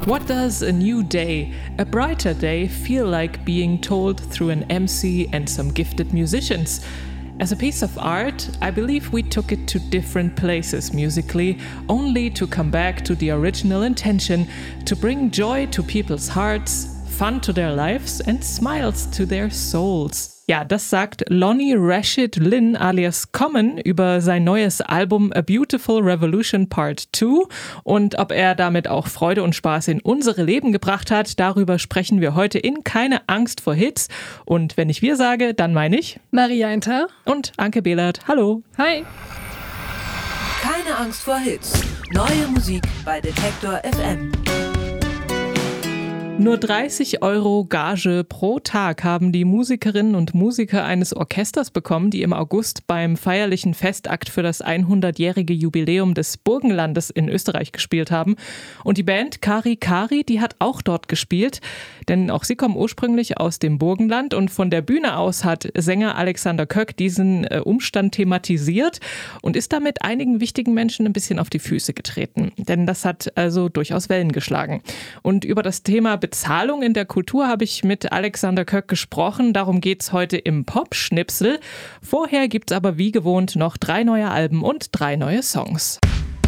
What does a new day, a brighter day, feel like being told through an MC and some gifted musicians? As a piece of art, I believe we took it to different places musically, only to come back to the original intention, to bring joy to people's hearts, fun to their lives and smiles to their souls. Ja, das sagt Lonnie Rashid Lynn alias Common über sein neues Album A Beautiful Revolution Part 2 und ob er damit auch Freude und Spaß in unsere Leben gebracht hat, darüber sprechen wir heute in Keine Angst vor Hits. Und wenn ich wir sage, dann meine ich Maria Inter und Anke Behlert. Hallo. Hi. Keine Angst vor Hits. Neue Musik bei Detektor FM. Nur 30 € Gage pro Tag haben die Musikerinnen und Musiker eines Orchesters bekommen, die im August beim feierlichen Festakt für das 100-jährige Jubiläum des Burgenlandes in Österreich gespielt haben. Und die Band Kari Kari, die hat auch dort gespielt, denn auch sie kommen ursprünglich aus dem Burgenland und von der Bühne aus hat Sänger Alexander Köck diesen Umstand thematisiert und ist damit einigen wichtigen Menschen ein bisschen auf die Füße getreten. Denn das hat also durchaus Wellen geschlagen. Und über das Thema Bezahlung in der Kultur habe ich mit Alexander Köck gesprochen. Darum geht's heute im Pop-Schnipsel. Vorher gibt's aber wie gewohnt noch 3 neue Alben und 3 neue Songs.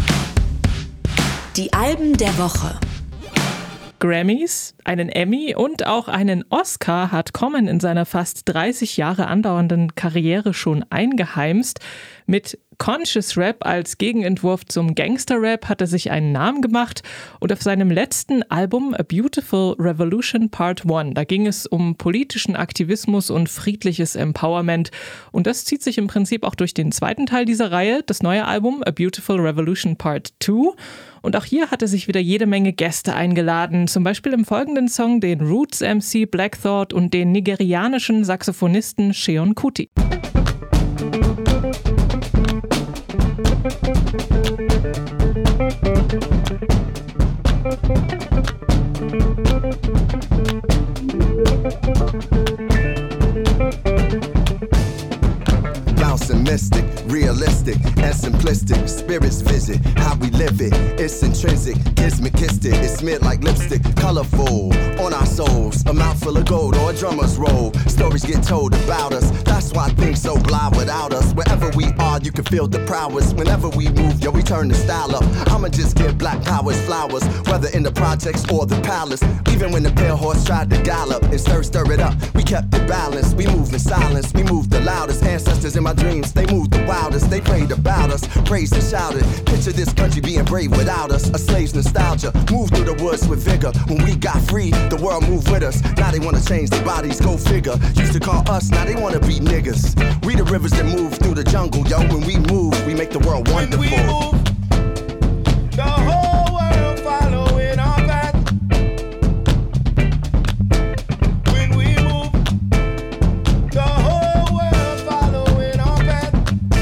Die Alben der Woche. Grammys, einen Emmy und auch einen Oscar hat Common in seiner fast 30 Jahre andauernden Karriere schon eingeheimst. Mit Conscious Rap als Gegenentwurf zum Gangster-Rap hat er sich einen Namen gemacht und auf seinem letzten Album A Beautiful Revolution Part 1, da ging es um politischen Aktivismus und friedliches Empowerment und das zieht sich im Prinzip auch durch den zweiten Teil dieser Reihe, das neue Album A Beautiful Revolution Part 2. Und auch hier hat er sich wieder jede Menge Gäste eingeladen, zum Beispiel im folgenden Song den Roots-MC Black Thought und den nigerianischen Saxophonisten Seun Kuti. Bouncing mystic, realistic and simplistic. Spirits visit how we live it. It's intrinsic, kismet kissed it. It's smeared like lipstick, colorful on our souls. A mouth full of gold or a drummer's roll. Stories get told about us. That's why things so blah without us. Wherever we are, you can feel the prowess. Whenever we move, yo, we turn the style up. I'ma just give black powers flowers, whether in the projects or the palace. Even when the pale horse tried to gallop and stir it up, we kept it balanced. We moved in silence, we moved the loudest. Ancestors in my dreams, they moved the wildest. They prayed about us, praised and shouted. Picture this country being brave without us. A slave's nostalgia, moved through the woods with vigor. When we got free, the world moved with us. Now they wanna change their bodies, go figure. Used to call us, now they wanna be niggas. We the rivers that move through the jungle, yo. When we move, we make the world wonderful. When we move, the whole world following our path. When we move, the whole world following our path.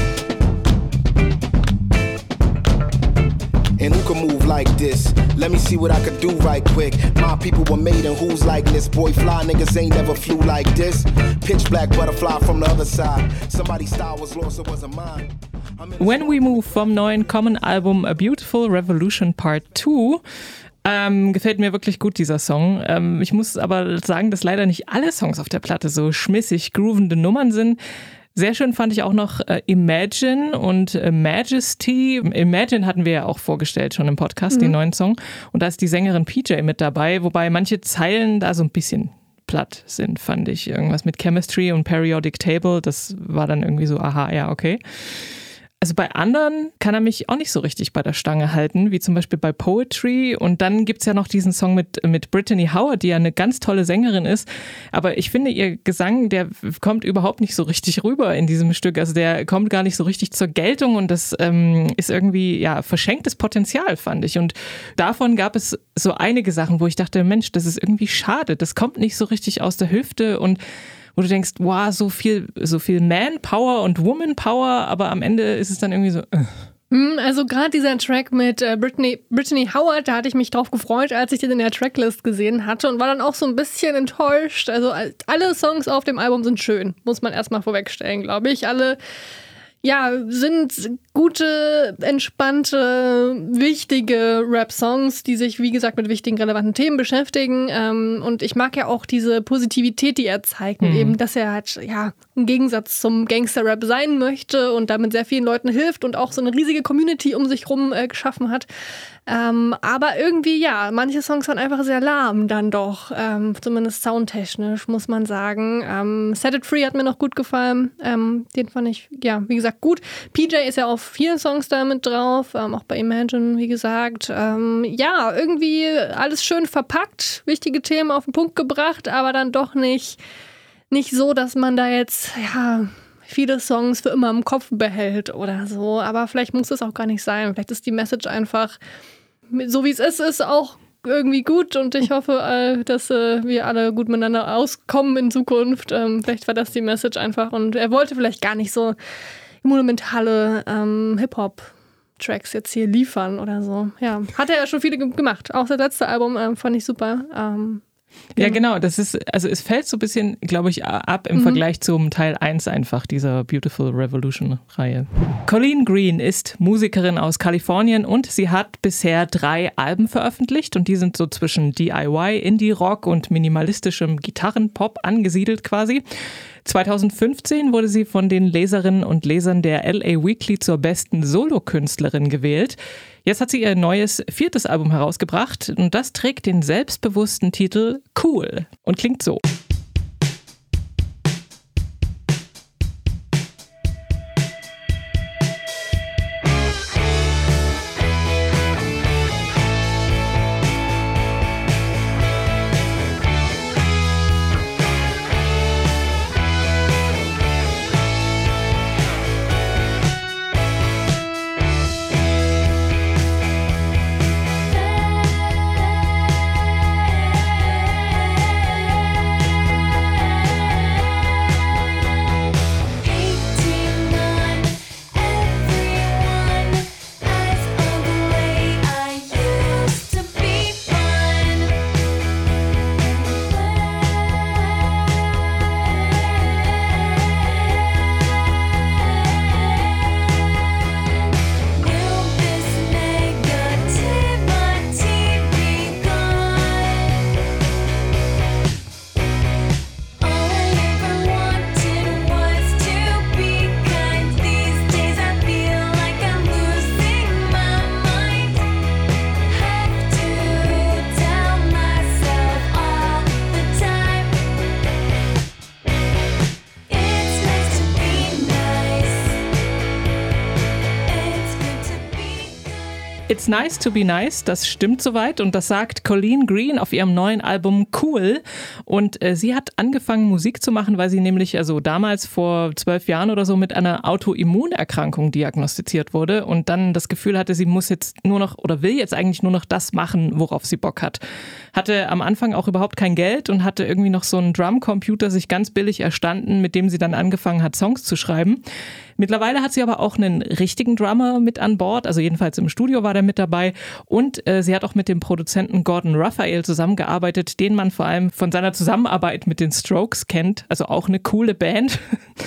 And who can move like this? Let me see what I could do right quick. My people were made in whose likeness? Boy, fly niggas ain't never flew like this. Pitch black butterfly from the other side. Somebody's style was lost, it wasn't mine. When We Move vom neuen Common-Album A Beautiful Revolution Part 2 gefällt mir wirklich gut, dieser Song. Ich muss aber sagen, dass leider nicht alle Songs auf der Platte so schmissig groovende Nummern sind. Sehr schön fand ich auch noch Imagine und Majesty. Imagine hatten wir ja auch vorgestellt schon im Podcast, den neuen Song. Und da ist die Sängerin PJ mit dabei, wobei manche Zeilen da so ein bisschen platt sind, fand ich. Irgendwas mit Chemistry und Periodic Table, das war dann irgendwie so, aha, ja, okay. Also bei anderen kann er mich auch nicht so richtig bei der Stange halten, wie zum Beispiel bei Poetry. Und dann gibt's ja noch diesen Song mit Brittany Howard, die ja eine ganz tolle Sängerin ist. Aber ich finde, ihr Gesang, der kommt überhaupt nicht so richtig rüber in diesem Stück. Also der kommt gar nicht so richtig zur Geltung und das ist irgendwie ja verschenktes Potenzial, fand ich. Und davon gab es so einige Sachen, wo ich dachte, Mensch, das ist irgendwie schade. Das kommt nicht so richtig aus der Hüfte und wo du denkst, wow, so viel Man-Power und Woman-Power, aber am Ende ist es dann irgendwie so. Also gerade dieser Track mit Brittany Howard, da hatte ich mich drauf gefreut, als ich den in der Tracklist gesehen hatte und war dann auch so ein bisschen enttäuscht. Also alle Songs auf dem Album sind schön, muss man erstmal vorwegstellen, glaube ich. Alle sind gute, entspannte, wichtige Rap-Songs, die sich, wie gesagt, mit wichtigen, relevanten Themen beschäftigen. Und ich mag ja auch diese Positivität, die er zeigt. Und eben, dass er halt, ja, im Gegensatz zum Gangster-Rap sein möchte und damit sehr vielen Leuten hilft und auch so eine riesige Community um sich rum geschaffen hat. Aber irgendwie, ja, manche Songs waren einfach sehr lahm dann doch, zumindest soundtechnisch, muss man sagen. Set It Free hat mir noch gut gefallen, den fand ich, ja, wie gesagt, gut. PJ ist ja auf vielen Songs da mit drauf, auch bei Imagine, wie gesagt. Ja, irgendwie alles schön verpackt, wichtige Themen auf den Punkt gebracht, aber dann doch nicht so, dass man da jetzt, ja, viele Songs für immer im Kopf behält oder so. Aber vielleicht muss es auch gar nicht sein. Vielleicht ist die Message einfach, so wie es ist auch irgendwie gut. Und ich hoffe, dass wir alle gut miteinander auskommen in Zukunft. Vielleicht war das die Message einfach. Und er wollte vielleicht gar nicht so monumentale Hip-Hop-Tracks jetzt hier liefern oder so. Ja, hat er ja schon viele gemacht. Auch das letzte Album fand ich super. Ja, genau. Das ist, also es fällt so ein bisschen, glaube ich, ab im Vergleich zum Teil 1 einfach dieser Beautiful Revolution-Reihe. Colleen Green ist Musikerin aus Kalifornien und sie hat bisher 3 Alben veröffentlicht und die sind so zwischen DIY, Indie-Rock und minimalistischem Gitarrenpop angesiedelt quasi. 2015 wurde sie von den Leserinnen und Lesern der LA Weekly zur besten Solokünstlerin gewählt. Jetzt hat sie ihr neues 4. Album herausgebracht und das trägt den selbstbewussten Titel Cool und klingt so. It's nice to be nice, das stimmt soweit und das sagt Colleen Green auf ihrem neuen Album Cool. Und sie hat angefangen Musik zu machen, weil sie nämlich also damals vor 12 Jahren oder so mit einer Autoimmunerkrankung diagnostiziert wurde und dann das Gefühl hatte, sie muss jetzt nur noch oder will jetzt eigentlich nur noch das machen, worauf sie Bock hat. Hatte am Anfang auch überhaupt kein Geld und hatte irgendwie noch so einen Drumcomputer sich ganz billig erstanden, mit dem sie dann angefangen hat, Songs zu schreiben. Mittlerweile hat sie aber auch einen richtigen Drummer mit an Bord, also jedenfalls im Studio war der mit dabei und sie hat auch mit dem Produzenten Gordon Raphael zusammengearbeitet, den man vor allem von seiner Zusammenarbeit mit den Strokes kennt, also auch eine coole Band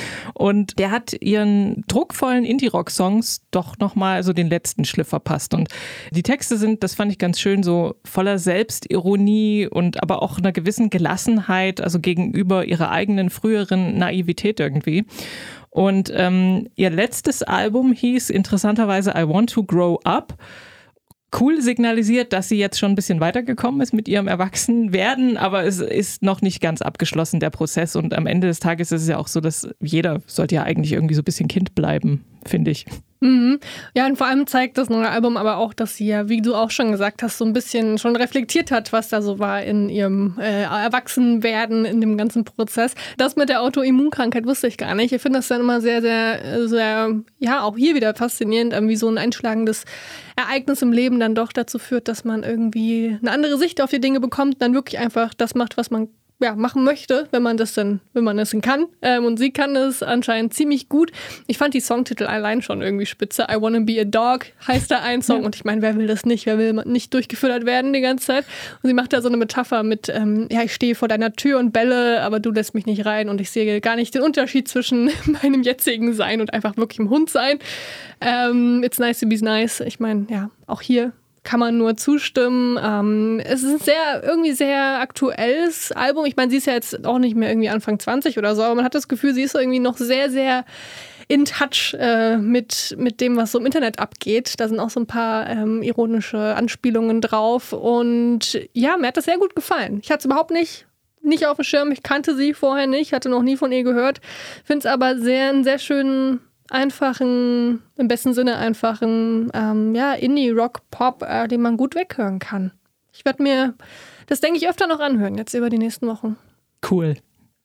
und der hat ihren druckvollen Indie-Rock-Songs doch nochmal so den letzten Schliff verpasst und die Texte sind, das fand ich ganz schön, so voller Selbstironie und aber auch einer gewissen Gelassenheit, also gegenüber ihrer eigenen früheren Naivität irgendwie. Und ihr letztes Album hieß interessanterweise I Want to Grow Up. Cool signalisiert, dass sie jetzt schon ein bisschen weitergekommen ist mit ihrem Erwachsenwerden, aber es ist noch nicht ganz abgeschlossen, der Prozess. Und am Ende des Tages ist es ja auch so, dass jeder sollte ja eigentlich irgendwie so ein bisschen Kind bleiben, finde ich. Mhm. Ja, und vor allem zeigt das neue Album aber auch, dass sie ja, wie du auch schon gesagt hast, so ein bisschen schon reflektiert hat, was da so war in ihrem Erwachsenwerden, in dem ganzen Prozess. Das mit der Autoimmunkrankheit wusste ich gar nicht. Ich finde das dann immer sehr, sehr, sehr, ja, auch hier wieder faszinierend, wie so ein einschlagendes Ereignis im Leben dann doch dazu führt, dass man irgendwie eine andere Sicht auf die Dinge bekommt, dann wirklich einfach das macht, was man machen möchte, wenn man es denn kann. Und sie kann es anscheinend ziemlich gut. Ich fand die Songtitel allein schon irgendwie spitze. I Wanna Be a Dog heißt da ein Song. Und ich meine, wer will das nicht? Wer will nicht durchgefüttert werden die ganze Zeit? Und sie macht da so eine Metapher mit, ich stehe vor deiner Tür und belle, aber du lässt mich nicht rein und ich sehe gar nicht den Unterschied zwischen meinem jetzigen Sein und einfach wirklich im Hund sein. It's nice to be nice. Ich meine, ja, auch hier kann man nur zustimmen. Es ist ein sehr aktuelles Album. Ich meine, sie ist ja jetzt auch nicht mehr irgendwie Anfang 20 oder so, aber man hat das Gefühl, sie ist irgendwie noch sehr, sehr in touch mit dem, was so im Internet abgeht. Da sind auch so ein paar ironische Anspielungen drauf. Und ja, mir hat das sehr gut gefallen. Ich hatte es überhaupt nicht auf dem Schirm. Ich kannte sie vorher nicht, hatte noch nie von ihr gehört. Finde es aber einen sehr schönen, einfachen, im besten Sinne einfachen, Indie-Rock-Pop, den man gut weghören kann. Ich werde mir das, denke ich, öfter noch anhören, jetzt über die nächsten Wochen. Cool.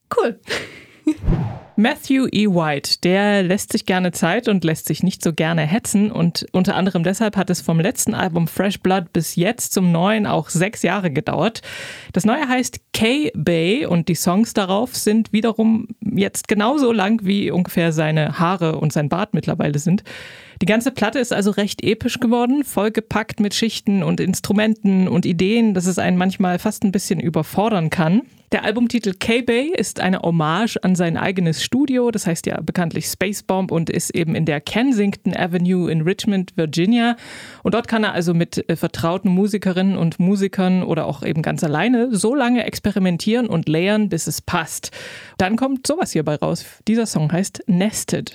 Matthew E. White, der lässt sich gerne Zeit und lässt sich nicht so gerne hetzen und unter anderem deshalb hat es vom letzten Album Fresh Blood bis jetzt zum neuen auch 6 Jahre gedauert. Das neue heißt K-Bay und die Songs darauf sind wiederum jetzt genauso lang, wie ungefähr seine Haare und sein Bart mittlerweile sind. Die ganze Platte ist also recht episch geworden, vollgepackt mit Schichten und Instrumenten und Ideen, dass es einen manchmal fast ein bisschen überfordern kann. Der Albumtitel K-Bay ist eine Hommage an sein eigenes Studio, das heißt ja bekanntlich Space Bomb und ist eben in der Kensington Avenue in Richmond, Virginia. Und dort kann er also mit vertrauten Musikerinnen und Musikern oder auch eben ganz alleine so lange experimentieren und layern, bis es passt. Dann kommt sowas hierbei raus. Dieser Song heißt Nested.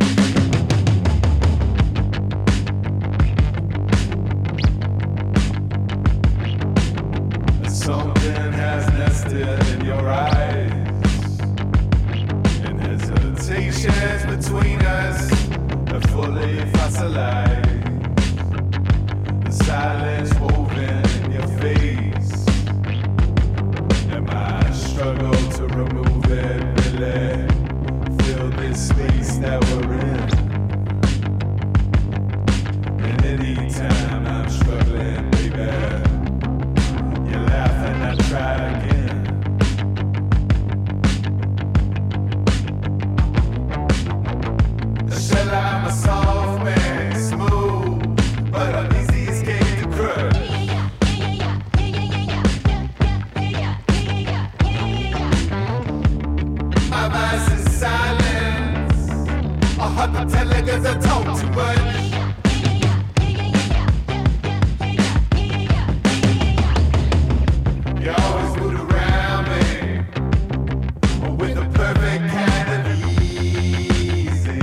Something has nested in your eyes, and hesitations between us are fully fossilized. The silence woven in your face, and my struggle to remove it really fill this space that we're in. And anytime I'm struggling, baby, laugh and I try again. Shall I, my soft man, smooth, but uneasy escape the crowd. My voice is silence, a hard to tell it 'cause I talk too much. You always moved around me with the perfect kind of easy.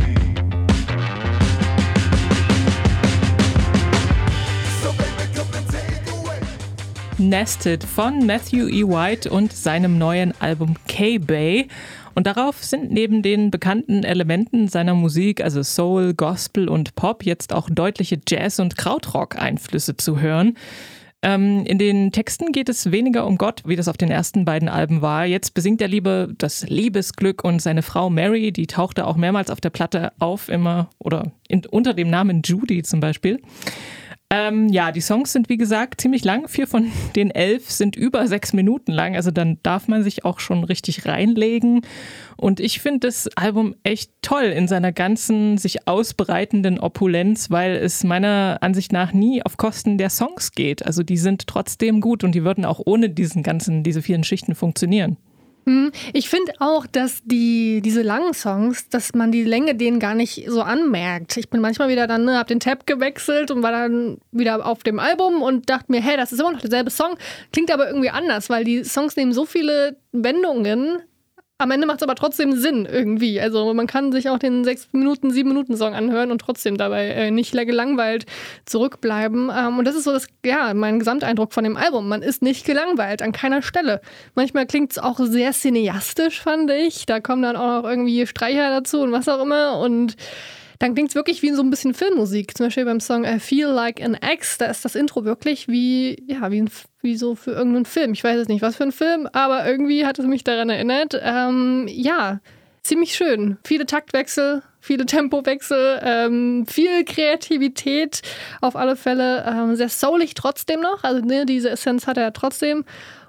So baby, come and take away. Nested von Matthew E. White und seinem neuen Album K-Bay. Und darauf sind neben den bekannten Elementen seiner Musik, also Soul, Gospel und Pop, jetzt auch deutliche Jazz- und Krautrock-Einflüsse zu hören. In den Texten geht es weniger um Gott, wie das auf den ersten beiden Alben war. Jetzt besingt er lieber das Liebesglück und seine Frau Mary, die tauchte auch mehrmals auf der Platte auf, immer oder unter dem Namen Judy zum Beispiel. Die Songs sind wie gesagt ziemlich lang. 4 von den 11 sind über 6 Minuten lang, also dann darf man sich auch schon richtig reinlegen. Und ich finde das Album echt toll in seiner ganzen sich ausbreitenden Opulenz, weil es meiner Ansicht nach nie auf Kosten der Songs geht. Also die sind trotzdem gut und die würden auch ohne diese vielen Schichten funktionieren. Ich finde auch, dass diese langen Songs, dass man die Länge denen gar nicht so anmerkt. Ich bin manchmal wieder dann, hab den Tab gewechselt und war dann wieder auf dem Album und dachte mir, hey, das ist immer noch derselbe Song, klingt aber irgendwie anders, weil die Songs nehmen so viele Wendungen. Am Ende macht es aber trotzdem Sinn irgendwie. Also man kann sich auch den 6 Minuten, 7 Minuten Song anhören und trotzdem dabei nicht gelangweilt zurückbleiben. Und das ist so mein Gesamteindruck von dem Album. Man ist nicht gelangweilt an keiner Stelle. Manchmal klingt es auch sehr cineastisch, fand ich. Da kommen dann auch noch irgendwie Streicher dazu und was auch immer. Und dann klingt es wirklich wie so ein bisschen Filmmusik. Zum Beispiel beim Song I Feel Like an Ex, da ist das Intro wirklich wie so für irgendeinen Film. Ich weiß jetzt nicht, was für ein Film, aber irgendwie hat es mich daran erinnert. Ziemlich schön. Viele Taktwechsel, viele Tempowechsel, viel Kreativität auf alle Fälle. Sehr soulig trotzdem noch. Also diese Essenz hat er trotzdem.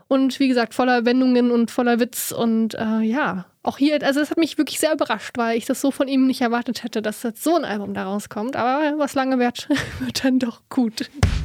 und wie gesagt, voller Wendungen und voller Witz und auch hier, also es hat mich wirklich sehr überrascht, weil ich das so von ihm nicht erwartet hätte, dass jetzt so ein Album da rauskommt, aber was lange währt, wird dann doch gut.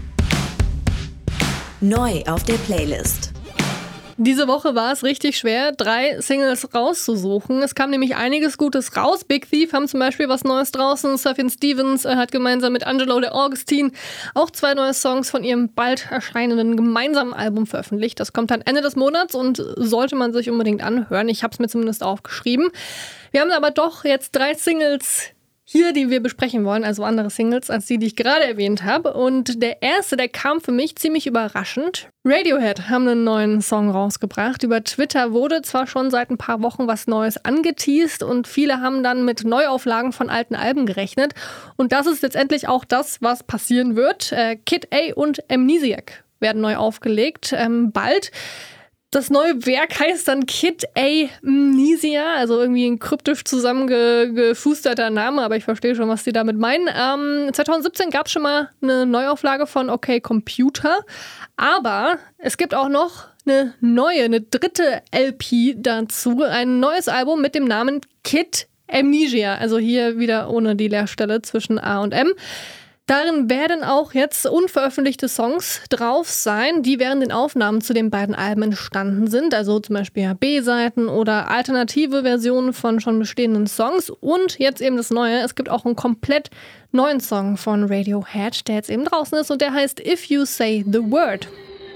Neu auf der Playlist. Diese Woche war es richtig schwer, 3 Singles rauszusuchen. Es kam nämlich einiges Gutes raus. Big Thief haben zum Beispiel was Neues draußen. Sufjan Stevens hat gemeinsam mit Angelo de Augustine auch 2 neue Songs von ihrem bald erscheinenden gemeinsamen Album veröffentlicht. Das kommt dann Ende des Monats und sollte man sich unbedingt anhören. Ich habe es mir zumindest aufgeschrieben. Wir haben aber doch jetzt 3 Singles hier, die wir besprechen wollen, also andere Singles als die ich gerade erwähnt habe. Und der erste, der kam für mich ziemlich überraschend. Radiohead haben einen neuen Song rausgebracht. Über Twitter wurde zwar schon seit ein paar Wochen was Neues angeteast und viele haben dann mit Neuauflagen von alten Alben gerechnet. Und das ist letztendlich auch das, was passieren wird. Kid A und Amnesiac werden neu aufgelegt, bald. Das neue Werk heißt dann Kid Amnesia, also irgendwie ein kryptisch zusammengefusterter Name, aber ich verstehe schon, was die damit meinen. 2017 gab es schon mal eine Neuauflage von OK Computer, aber es gibt auch noch eine dritte LP dazu, ein neues Album mit dem Namen Kid Amnesia, also hier wieder ohne die Leerstelle zwischen A und M. Darin werden auch jetzt unveröffentlichte Songs drauf sein, die während den Aufnahmen zu den beiden Alben entstanden sind. Also zum Beispiel B-Seiten oder alternative Versionen von schon bestehenden Songs. Und jetzt eben das Neue. Es gibt auch einen komplett neuen Song von Radiohead, der jetzt eben draußen ist und der heißt If You Say The Word.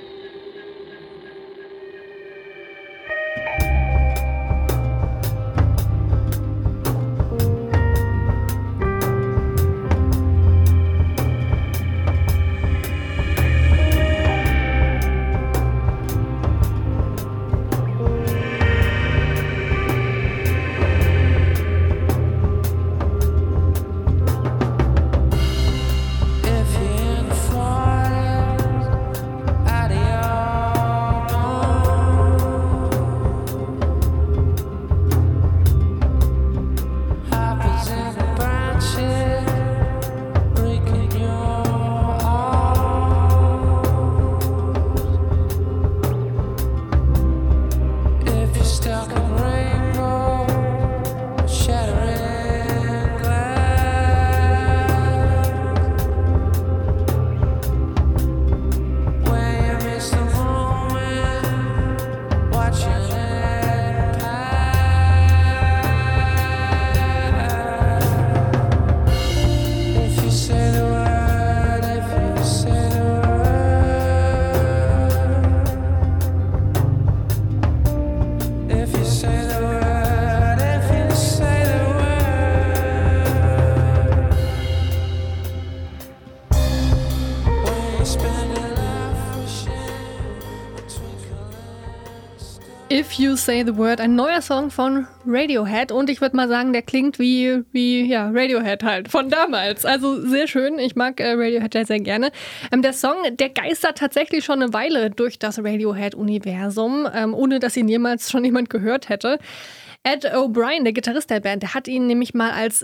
If You Say The Word, ein neuer Song von Radiohead und ich würde mal sagen, der klingt wie Radiohead halt, von damals. Also sehr schön, ich mag Radiohead sehr, sehr gerne. Der Song, der geistert tatsächlich schon eine Weile durch das Radiohead-Universum, ohne dass ihn jemals schon jemand gehört hätte. Ed O'Brien, der Gitarrist der Band, der hat ihn nämlich mal als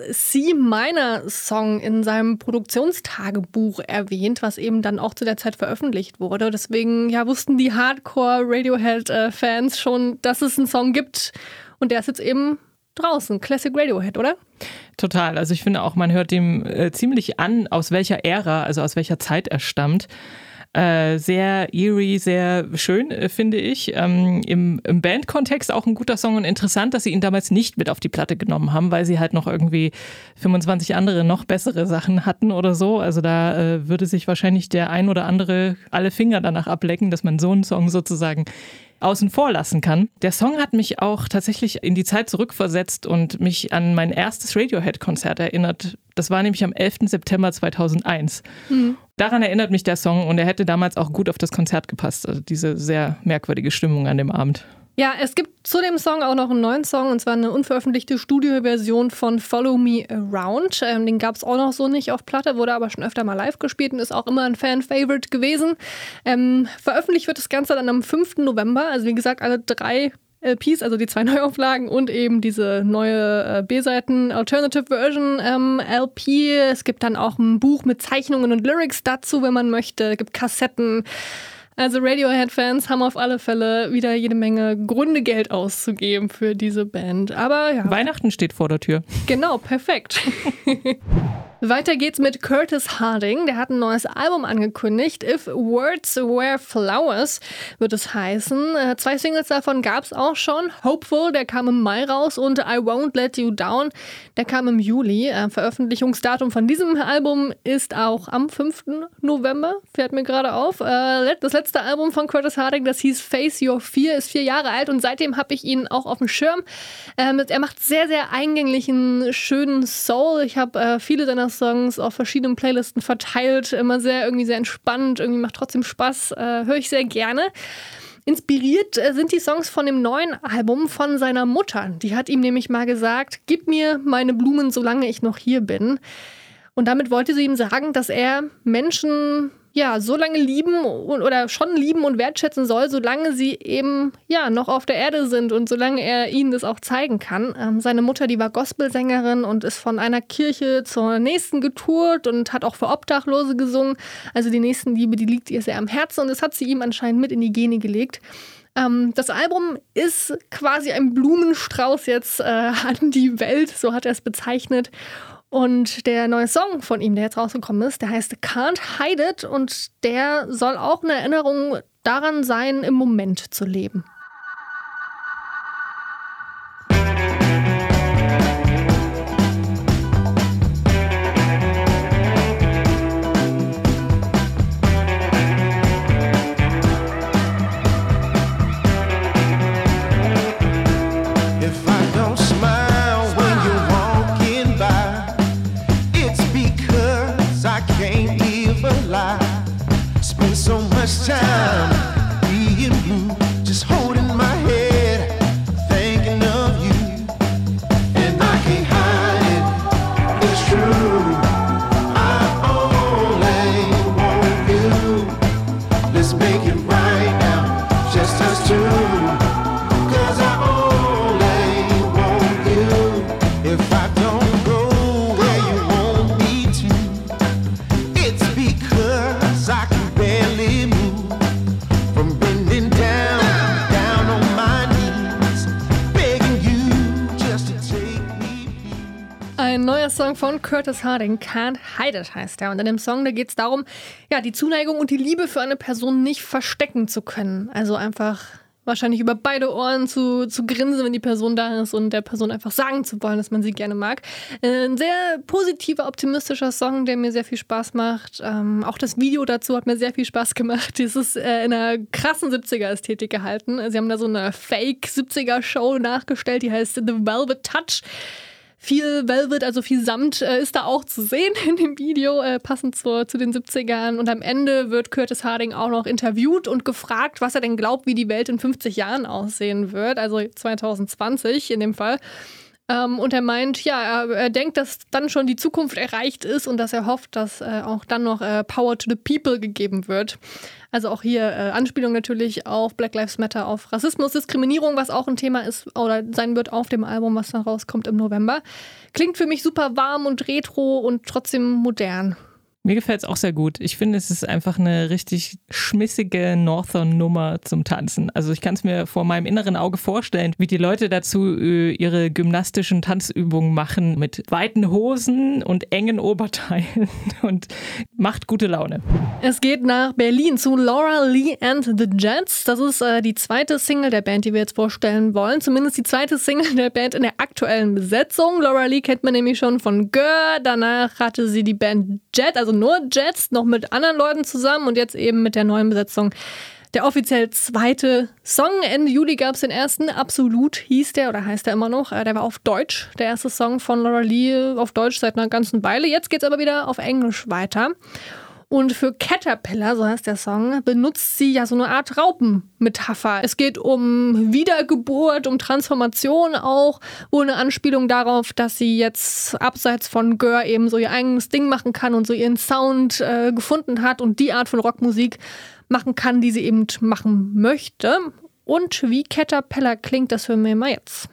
C-Minor-Song in seinem Produktionstagebuch erwähnt, was eben dann auch zu der Zeit veröffentlicht wurde. Deswegen wussten die Hardcore-Radiohead-Fans schon, dass es einen Song gibt. Und der ist jetzt eben draußen. Classic Radiohead, oder? Total. Also ich finde auch, man hört dem ziemlich an, aus welcher Ära, also aus welcher Zeit er stammt. Sehr eerie, sehr schön, finde ich. Im Bandkontext auch ein guter Song und interessant, dass sie ihn damals nicht mit auf die Platte genommen haben, weil sie halt noch irgendwie 25 andere, noch bessere Sachen hatten oder so. Also da würde sich wahrscheinlich der ein oder andere alle Finger danach ablecken, dass man so einen Song sozusagen außen vor lassen kann. Der Song hat mich auch tatsächlich in die Zeit zurückversetzt und mich an mein erstes Radiohead-Konzert erinnert. Das war nämlich am 11. September 2001. Daran erinnert mich der Song und er hätte damals auch gut auf das Konzert gepasst. Also diese sehr merkwürdige Stimmung an dem Abend. Ja, es gibt zu dem Song auch noch einen neuen Song, und zwar eine unveröffentlichte Studioversion von Follow Me Around. Den gab es auch noch so nicht auf Platte, wurde aber schon öfter mal live gespielt und ist auch immer ein Fan-Favorite gewesen. Veröffentlicht wird das Ganze dann am 5. November, also wie gesagt, alle 3 LPs, also die 2 Neuauflagen und eben diese neue B-Seiten Alternative Version LP. Es gibt dann auch ein Buch mit Zeichnungen und Lyrics dazu, wenn man möchte. Es gibt Kassetten. Also Radiohead-Fans haben auf alle Fälle wieder jede Menge Gründe, Geld auszugeben für diese Band. Aber ja. Weihnachten steht vor der Tür. Genau, perfekt. Weiter geht's mit Curtis Harding. Der hat ein neues Album angekündigt. If Words Were Flowers wird es heißen. 2 Singles davon gab's auch schon. Hopeful, der kam im Mai raus, und I Won't Let You Down, der kam im Juli. Veröffentlichungsdatum von diesem Album ist auch am 5. November, fährt mir gerade auf. Das letzte Album von Curtis Harding, das hieß Face Your Fear, ist 4 Jahre alt, und seitdem habe ich ihn auch auf dem Schirm. Er macht sehr, sehr eingänglichen, schönen Soul. Ich habe viele seiner Songs auf verschiedenen Playlisten verteilt, immer irgendwie sehr entspannt, irgendwie macht trotzdem Spaß, höre ich sehr gerne. Inspiriert sind die Songs von dem neuen Album von seiner Mutter. Die hat ihm nämlich mal gesagt, gib mir meine Blumen, solange ich noch hier bin. Und damit wollte sie ihm sagen, dass er Menschen so lange lieben oder schon lieben und wertschätzen soll, solange sie eben noch auf der Erde sind und solange er ihnen das auch zeigen kann. Seine Mutter, die war Gospelsängerin und ist von einer Kirche zur nächsten getourt und hat auch für Obdachlose gesungen. Also die Nächstenliebe, die liegt ihr sehr am Herzen, und das hat sie ihm anscheinend mit in die Gene gelegt. Das Album ist quasi ein Blumenstrauß jetzt an die Welt, so hat er es bezeichnet. Und der neue Song von ihm, der jetzt rausgekommen ist, der heißt Can't Hide It, und der soll auch eine Erinnerung daran sein, im Moment zu leben. Time being blue, just holding my head, thinking of you, and I can't hide it, it's true, I only want you, let's make it right now, just us two, 'cause I only want you, if I don't go where you want me to, it's because I can barely move. Ein neuer Song von Curtis Harding, Can't Hide It heißt er. Und in dem Song, da geht es darum, die Zuneigung und die Liebe für eine Person nicht verstecken zu können. Also einfach wahrscheinlich über beide Ohren zu grinsen, wenn die Person da ist, und der Person einfach sagen zu wollen, dass man sie gerne mag. Ein sehr positiver, optimistischer Song, der mir sehr viel Spaß macht. Auch das Video dazu hat mir sehr viel Spaß gemacht. Es ist in einer krassen 70er-Ästhetik gehalten. Sie haben da so eine Fake-70er-Show nachgestellt, die heißt The Velvet Touch. Viel Velvet, also viel Samt, ist da auch zu sehen in dem Video, passend zu den 70ern. Und am Ende wird Curtis Harding auch noch interviewt und gefragt, was er denn glaubt, wie die Welt in 50 Jahren aussehen wird. Also 2020 in dem Fall. Und er meint, er denkt, dass dann schon die Zukunft erreicht ist und dass er hofft, dass auch dann noch Power to the People gegeben wird. Also auch hier Anspielung natürlich auf Black Lives Matter, auf Rassismus, Diskriminierung, was auch ein Thema ist oder sein wird auf dem Album, was dann rauskommt im November. Klingt für mich super warm und retro und trotzdem modern. Mir gefällt es auch sehr gut. Ich finde, es ist einfach eine richtig schmissige Northern-Nummer zum Tanzen. Also ich kann es mir vor meinem inneren Auge vorstellen, wie die Leute dazu ihre gymnastischen Tanzübungen machen mit weiten Hosen und engen Oberteilen und macht gute Laune. Es geht nach Berlin zu Laura Lee and the Jets. Das ist die zweite Single der Band, die wir jetzt vorstellen wollen. Zumindest die zweite Single der Band in der aktuellen Besetzung. Laura Lee kennt man nämlich schon von Gör. Danach hatte sie die Band Jet, also nur Jets, noch mit anderen Leuten zusammen, und jetzt eben mit der neuen Besetzung der offiziell zweite Song. Ende Juli gab es den ersten, Absolut hieß der oder heißt der immer noch. Der war auf Deutsch, der erste Song von Laura Lee auf Deutsch seit einer ganzen Weile. Jetzt geht es aber wieder auf Englisch weiter. Und für Caterpillar, so heißt der Song, benutzt sie so eine Art Raupenmetapher. Es geht um Wiedergeburt, um Transformation auch, wohl eine Anspielung darauf, dass sie jetzt abseits von Gör eben so ihr eigenes Ding machen kann und so ihren Sound gefunden hat und die Art von Rockmusik machen kann, die sie eben machen möchte. Und wie Caterpillar klingt, das hören wir mal jetzt.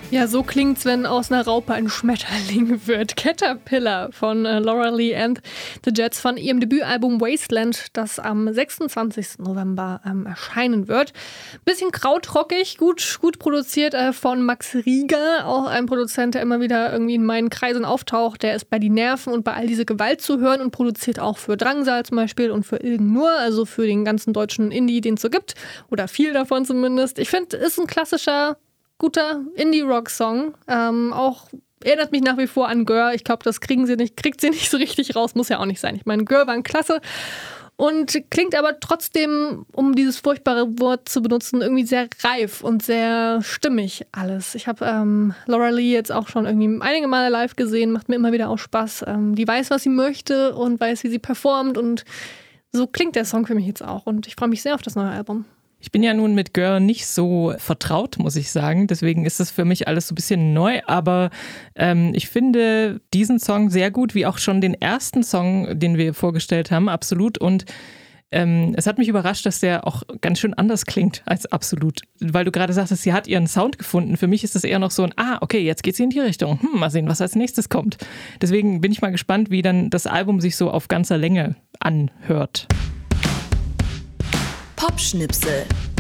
Ja, so klingt's, wenn aus einer Raupe ein Schmetterling wird. Caterpillar von Laura Lee and the Jets von ihrem Debütalbum Wasteland, das am 26. November erscheinen wird. Bisschen krautrockig, gut produziert von Max Rieger, auch ein Produzent, der immer wieder irgendwie in meinen Kreisen auftaucht. Der ist bei Die Nerven und bei All diese Gewalt zu hören und produziert auch für Drangsal zum Beispiel und für Ilgen Nur, also für den ganzen deutschen Indie, den es so gibt. Oder viel davon zumindest. Ich finde, ist ein klassischer, guter Indie-Rock-Song. Auch erinnert mich nach wie vor an Gör. Ich glaube, das kriegt sie nicht so richtig raus. Muss ja auch nicht sein. Ich meine, Gör waren klasse. Und klingt aber trotzdem, um dieses furchtbare Wort zu benutzen, irgendwie sehr reif und sehr stimmig alles. Ich habe Laura Lee jetzt auch schon irgendwie einige Male live gesehen. Macht mir immer wieder auch Spaß. Die weiß, was sie möchte und weiß, wie sie performt. Und so klingt der Song für mich jetzt auch. Und ich freue mich sehr auf das neue Album. Ich bin ja nun mit Gör nicht so vertraut, muss ich sagen. Deswegen ist das für mich alles so ein bisschen neu. Aber ich finde diesen Song sehr gut, wie auch schon den ersten Song, den wir vorgestellt haben, Absolut. Und es hat mich überrascht, dass der auch ganz schön anders klingt als Absolut. Weil du gerade sagtest, sie hat ihren Sound gefunden. Für mich ist das eher noch so ein, okay, jetzt geht sie in die Richtung. Mal sehen, was als nächstes kommt. Deswegen bin ich mal gespannt, wie dann das Album sich so auf ganzer Länge anhört. Popschnipsel.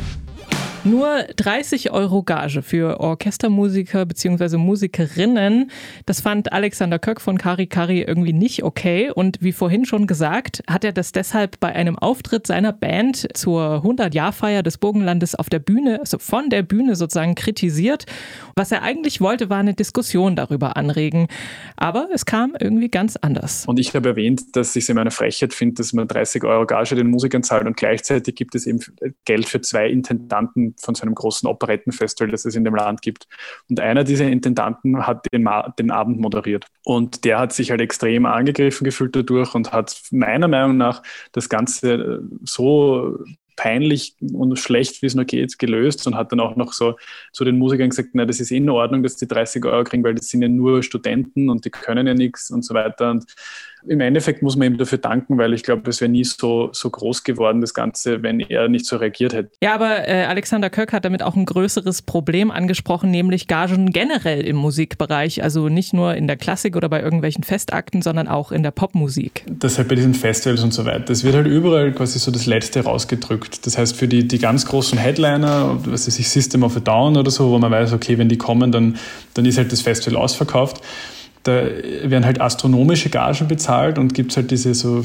Nur 30 € Gage für Orchestermusiker bzw. Musikerinnen. Das fand Alexander Köck von Kari Kari irgendwie nicht okay. Und wie vorhin schon gesagt, hat er das deshalb bei einem Auftritt seiner Band zur 100-Jahr-Feier des Burgenlandes auf der Bühne, also von der Bühne sozusagen kritisiert. Was er eigentlich wollte, war eine Diskussion darüber anregen. Aber es kam irgendwie ganz anders. Und ich habe erwähnt, dass ich es immer eine Frechheit finde, dass man 30 € Gage den Musikern zahlt und gleichzeitig gibt es eben Geld für 2 Intendanten von so einem großen Operettenfestival, das es in dem Land gibt. Und einer dieser Intendanten hat den Abend moderiert. Und der hat sich halt extrem angegriffen gefühlt dadurch und hat meiner Meinung nach das Ganze so peinlich und schlecht, wie es nur geht, gelöst und hat dann auch noch so zu den Musikern gesagt, na, das ist in Ordnung, dass die 30 € kriegen, weil das sind ja nur Studenten und die können ja nichts und so weiter. Und im Endeffekt muss man ihm dafür danken, weil ich glaube, es wäre nie so groß geworden, das Ganze, wenn er nicht so reagiert hätte. Ja, aber Alexander Köck hat damit auch ein größeres Problem angesprochen, nämlich Gagen generell im Musikbereich, also nicht nur in der Klassik oder bei irgendwelchen Festakten, sondern auch in der Popmusik. Das halt bei diesen Festivals und so weiter, das wird halt überall quasi so das Letzte rausgedrückt. Das heißt, für die ganz großen Headliner, was weiß ich, System of a Down oder so, wo man weiß, okay, wenn die kommen, dann ist halt das Festival ausverkauft. Da werden halt astronomische Gagen bezahlt und gibt es halt diese so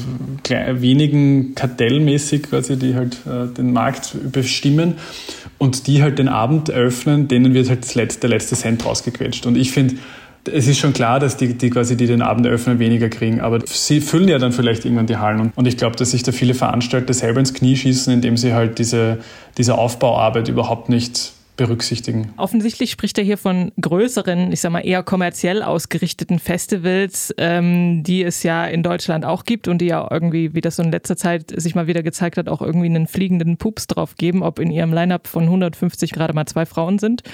wenigen kartellmäßig quasi, die halt den Markt bestimmen und die halt den Abend eröffnen, denen wird halt der letzte Cent rausgequetscht. Und ich finde, es ist schon klar, dass die den Abend eröffnen, weniger kriegen, aber sie füllen ja dann vielleicht irgendwann die Hallen. Und ich glaube, dass sich da viele Veranstalter selber ins Knie schießen, indem sie halt diese Aufbauarbeit überhaupt nicht berücksichtigen. Offensichtlich spricht er hier von größeren, ich sag mal eher kommerziell ausgerichteten Festivals, die es ja in Deutschland auch gibt und die ja irgendwie, wie das so in letzter Zeit sich mal wieder gezeigt hat, auch irgendwie einen fliegenden Pups drauf geben, ob in ihrem Line-Up von 150 gerade mal 2 Frauen sind.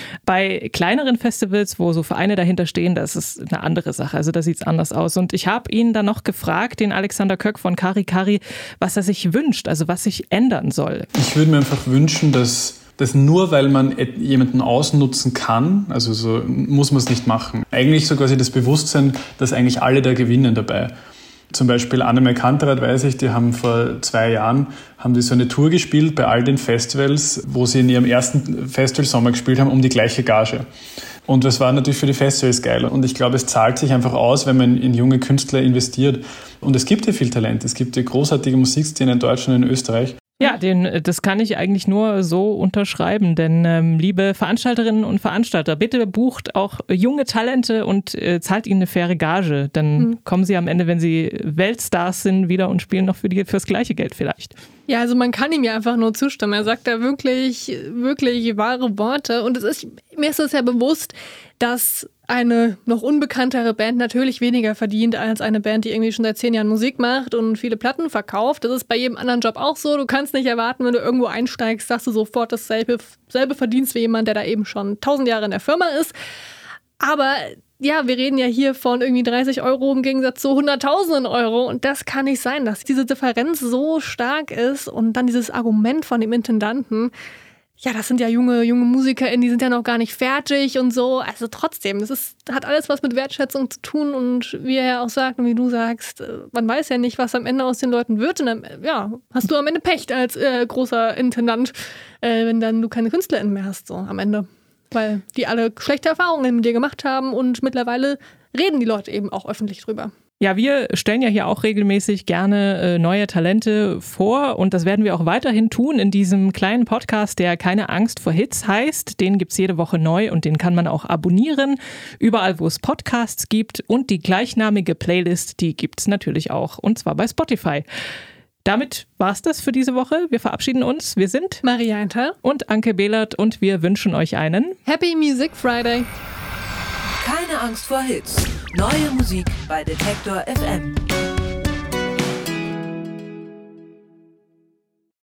Bei kleineren Festivals, wo so Vereine dahinter stehen, das ist eine andere Sache. Also da sieht es anders aus. Und ich habe ihn dann noch gefragt, den Alexander Köck von Kari Kari, was er sich wünscht, also was sich ändern soll. Ich würde mir einfach wünschen, dass nur weil man jemanden ausnutzen kann, also so muss man es nicht machen. Eigentlich so quasi das Bewusstsein, dass eigentlich alle da gewinnen dabei. Zum Beispiel Annemai Kantereit, weiß ich, die haben vor 2 Jahren so eine Tour gespielt bei all den Festivals, wo sie in ihrem ersten Festivalsommer gespielt haben, um die gleiche Gage. Und das war natürlich für die Festivals geil. Und ich glaube, es zahlt sich einfach aus, wenn man in junge Künstler investiert. Und es gibt ja viel Talent. Es gibt ja großartige Musikszene in Deutschland und in Österreich. Ja, das kann ich eigentlich nur so unterschreiben, denn liebe Veranstalterinnen und Veranstalter, bitte bucht auch junge Talente und zahlt ihnen eine faire Gage, dann kommen sie am Ende, wenn sie Weltstars sind, wieder und spielen noch fürs gleiche Geld vielleicht. Ja, also man kann ihm ja einfach nur zustimmen. Er sagt da wirklich, wirklich wahre Worte und mir ist es ja bewusst, dass eine noch unbekanntere Band natürlich weniger verdient als eine Band, die irgendwie schon seit 10 Jahren Musik macht und viele Platten verkauft. Das ist bei jedem anderen Job auch so. Du kannst nicht erwarten, wenn du irgendwo einsteigst, dass du sofort dasselbe verdienst wie jemand, der da eben schon 1000 Jahre in der Firma ist. Aber ja, wir reden ja hier von irgendwie 30 € im Gegensatz zu 100.000 € und das kann nicht sein, dass diese Differenz so stark ist und dann dieses Argument von dem Intendanten. ja, das sind ja junge MusikerInnen, die sind ja noch gar nicht fertig und so. Also trotzdem, hat alles was mit Wertschätzung zu tun und wie er ja auch sagt und wie du sagst, man weiß ja nicht, was am Ende aus den Leuten wird. Und dann, ja, hast du am Ende Pech als großer Intendant, wenn dann du keine KünstlerInnen mehr hast, so am Ende. Weil die alle schlechte Erfahrungen mit dir gemacht haben und mittlerweile reden die Leute eben auch öffentlich drüber. Ja, wir stellen ja hier auch regelmäßig gerne neue Talente vor und das werden wir auch weiterhin tun in diesem kleinen Podcast, der Keine Angst vor Hits heißt. Den gibt's jede Woche neu und den kann man auch abonnieren, überall wo es Podcasts gibt und die gleichnamige Playlist, die gibt's natürlich auch und zwar bei Spotify. Damit war's das für diese Woche. Wir verabschieden uns. Wir sind Maria Eintal und Anke Behlert und wir wünschen euch einen Happy Music Friday. Keine Angst vor Hits. Neue Musik bei Detektor FM.